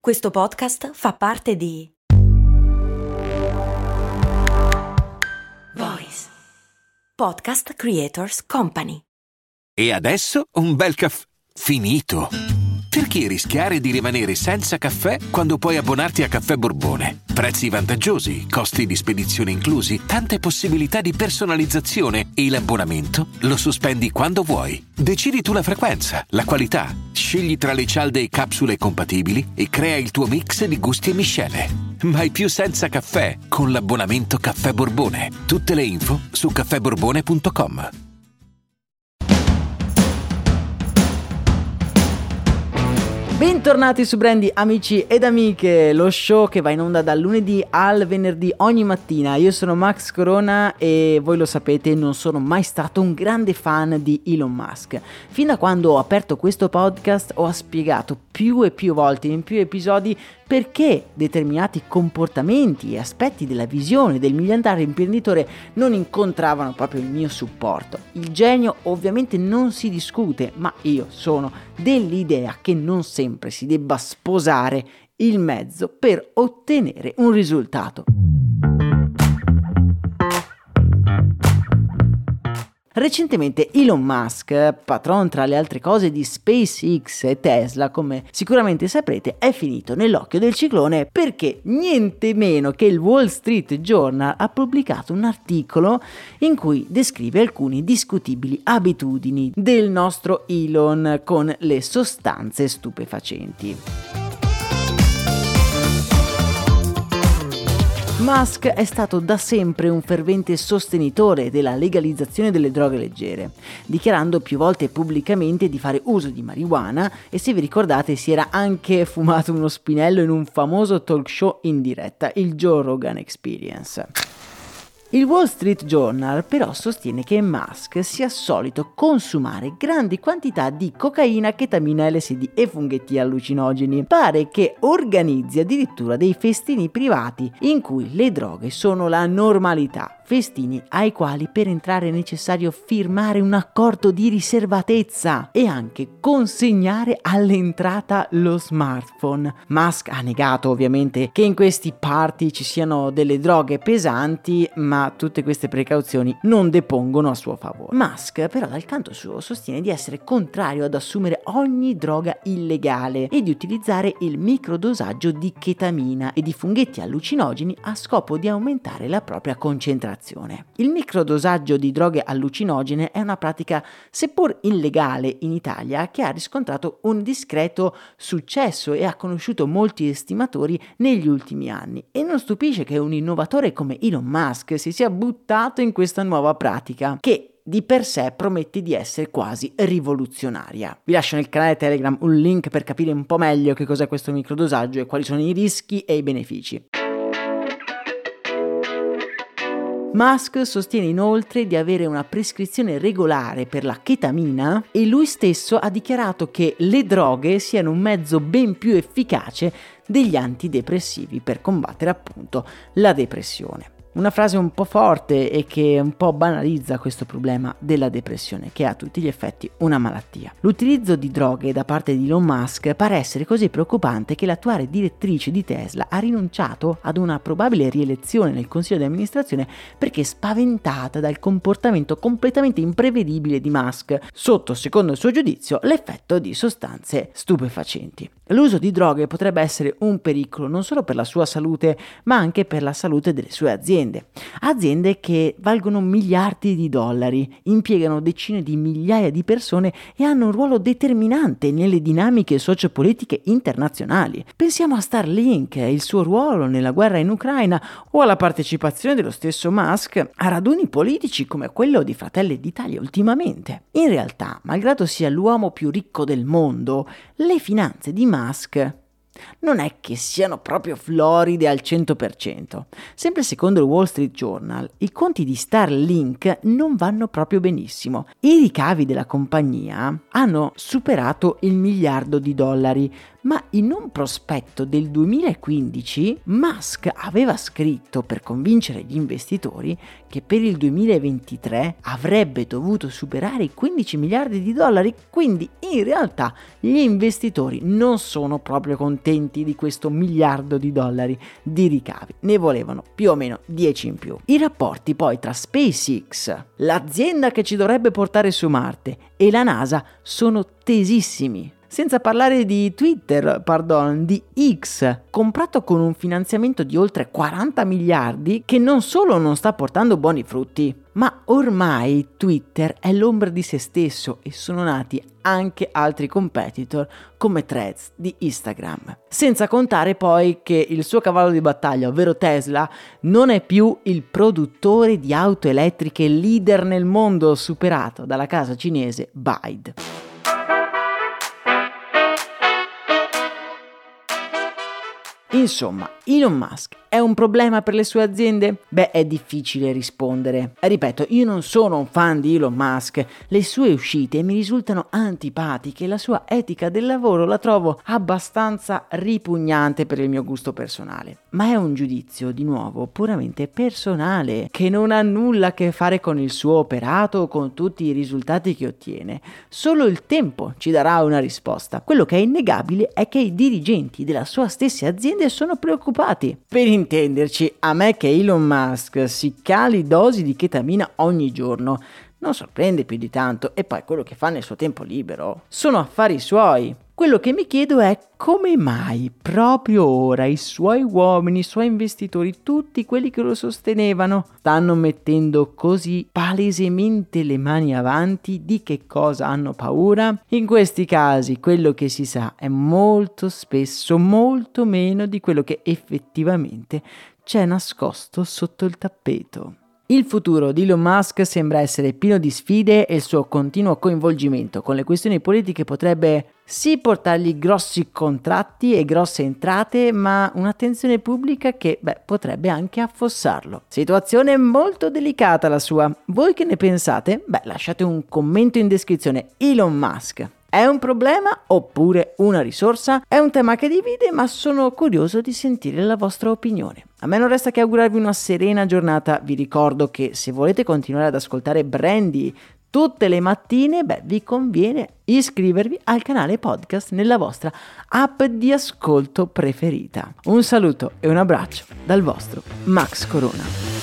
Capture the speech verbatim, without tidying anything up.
Questo podcast fa parte di Voice Podcast Creators Company. E adesso un bel caffè finito. Perché rischiare di rimanere senza caffè quando puoi abbonarti a Caffè Borbone? Prezzi vantaggiosi, costi di spedizione inclusi, tante possibilità di personalizzazione e l'abbonamento lo sospendi quando vuoi. Decidi tu la frequenza, la qualità, scegli tra le cialde e capsule compatibili e crea il tuo mix di gusti e miscele. Mai più senza caffè con l'abbonamento Caffè Borbone. Tutte le info su caffè borbone punto com. Bentornati su Brandy, amici ed amiche, lo show che va in onda dal lunedì al venerdì ogni mattina. Io sono Max Corona e voi lo sapete, non sono mai stato un grande fan di Elon Musk. Fin da quando ho aperto questo podcast ho spiegato più e più volte in più episodi perché determinati comportamenti e aspetti della visione del miliardario imprenditore non incontravano proprio il mio supporto. Il genio ovviamente non si discute, ma io sono dell'idea che non sempre si debba sposare il mezzo per ottenere un risultato. Recentemente Elon Musk, patron tra le altre cose di SpaceX e Tesla, come sicuramente saprete, è finito nell'occhio del ciclone perché niente meno che il Wall Street Journal ha pubblicato un articolo in cui descrive alcune discutibili abitudini del nostro Elon con le sostanze stupefacenti. Musk è stato da sempre un fervente sostenitore della legalizzazione delle droghe leggere, dichiarando più volte pubblicamente di fare uso di marijuana e, se vi ricordate, si era anche fumato uno spinello in un famoso talk show in diretta, il Joe Rogan Experience. Il Wall Street Journal però sostiene che Musk sia solito consumare grandi quantità di cocaina, chetamina, L S D e funghetti allucinogeni. Pare che organizzi addirittura dei festini privati in cui le droghe sono la normalità, festini ai quali per entrare è necessario firmare un accordo di riservatezza e anche consegnare all'entrata lo smartphone. Musk ha negato ovviamente che in questi party ci siano delle droghe pesanti, ma tutte queste precauzioni non depongono a suo favore. Musk però dal canto suo sostiene di essere contrario ad assumere ogni droga illegale e di utilizzare il microdosaggio di chetamina e di funghetti allucinogeni a scopo di aumentare la propria concentrazione. Il microdosaggio di droghe allucinogene è una pratica seppur illegale in Italia che ha riscontrato un discreto successo e ha conosciuto molti estimatori negli ultimi anni, e non stupisce che un innovatore come Elon Musk si sia buttato in questa nuova pratica che di per sé promette di essere quasi rivoluzionaria. Vi lascio nel canale Telegram un link per capire un po' meglio che cos'è questo microdosaggio e quali sono i rischi e i benefici. Musk sostiene inoltre di avere una prescrizione regolare per la chetamina e lui stesso ha dichiarato che le droghe siano un mezzo ben più efficace degli antidepressivi per combattere appunto la depressione. Una frase un po' forte e che un po' banalizza questo problema della depressione, che è a tutti gli effetti una malattia. L'utilizzo di droghe da parte di Elon Musk pare essere così preoccupante che l'attuale direttrice di Tesla ha rinunciato ad una probabile rielezione nel consiglio di amministrazione perché spaventata dal comportamento completamente imprevedibile di Musk sotto, secondo il suo giudizio, l'effetto di sostanze stupefacenti. L'uso di droghe potrebbe essere un pericolo non solo per la sua salute, ma anche per la salute delle sue aziende. Aziende che valgono miliardi di dollari, impiegano decine di migliaia di persone e hanno un ruolo determinante nelle dinamiche sociopolitiche internazionali. Pensiamo a Starlink, il suo ruolo nella guerra in Ucraina, o alla partecipazione dello stesso Musk a raduni politici come quello di Fratelli d'Italia ultimamente. In realtà, malgrado sia l'uomo più ricco del mondo, le finanze di Musk non è che siano proprio floride al cento per cento. Sempre secondo il Wall Street Journal, i conti di Starlink non vanno proprio benissimo. I ricavi della compagnia hanno superato il miliardo di dollari, Ma in un prospetto del duemilaquindici Musk aveva scritto, per convincere gli investitori, che per il duemilaventitré avrebbe dovuto superare i quindici miliardi di dollari, quindi in realtà gli investitori non sono proprio contenti di questo miliardo di dollari di ricavi, ne volevano più o meno dieci in più. I rapporti poi tra SpaceX, l'azienda che ci dovrebbe portare su Marte, e la NASA sono tesissimi. Senza parlare di Twitter, pardon, di X, comprato con un finanziamento di oltre quaranta miliardi, che non solo non sta portando buoni frutti, ma ormai Twitter è l'ombra di se stesso e sono nati anche altri competitor come Threads di Instagram. Senza contare poi che il suo cavallo di battaglia, ovvero Tesla, non è più il produttore di auto elettriche leader nel mondo, superato dalla casa cinese BYD. Insomma, Elon Musk è un problema per le sue aziende? Beh, è difficile rispondere. Ripeto, io non sono un fan di Elon Musk, le sue uscite mi risultano antipatiche, la sua etica del lavoro la trovo abbastanza ripugnante per il mio gusto personale. Ma è un giudizio, di nuovo, puramente personale, che non ha nulla a che fare con il suo operato o con tutti i risultati che ottiene. Solo il tempo ci darà una risposta. Quello che è innegabile è che i dirigenti della sua stessa azienda sono preoccupati. Per intenderci, a me che Elon Musk si cali dosi di chetamina ogni giorno non sorprende più di tanto, e poi quello che fa nel suo tempo libero sono affari suoi. Quello che mi chiedo è come mai proprio ora i suoi uomini, i suoi investitori, tutti quelli che lo sostenevano, stanno mettendo così palesemente le mani avanti. Di che cosa hanno paura? In questi casi quello che si sa è molto spesso molto meno di quello che effettivamente c'è nascosto sotto il tappeto. Il futuro di Elon Musk sembra essere pieno di sfide e il suo continuo coinvolgimento con le questioni politiche potrebbe sì portargli grossi contratti e grosse entrate, ma un'attenzione pubblica che, beh, potrebbe anche affossarlo. Situazione molto delicata la sua. Voi che ne pensate? Beh, lasciate un commento in descrizione. Elon Musk è un problema oppure una risorsa? È un tema che divide, ma sono curioso di sentire la vostra opinione. A me non resta che augurarvi una serena giornata. Vi ricordo che se volete continuare ad ascoltare Brandy tutte le mattine, beh, vi conviene iscrivervi al canale podcast nella vostra app di ascolto preferita. Un saluto e un abbraccio dal vostro Max Corona.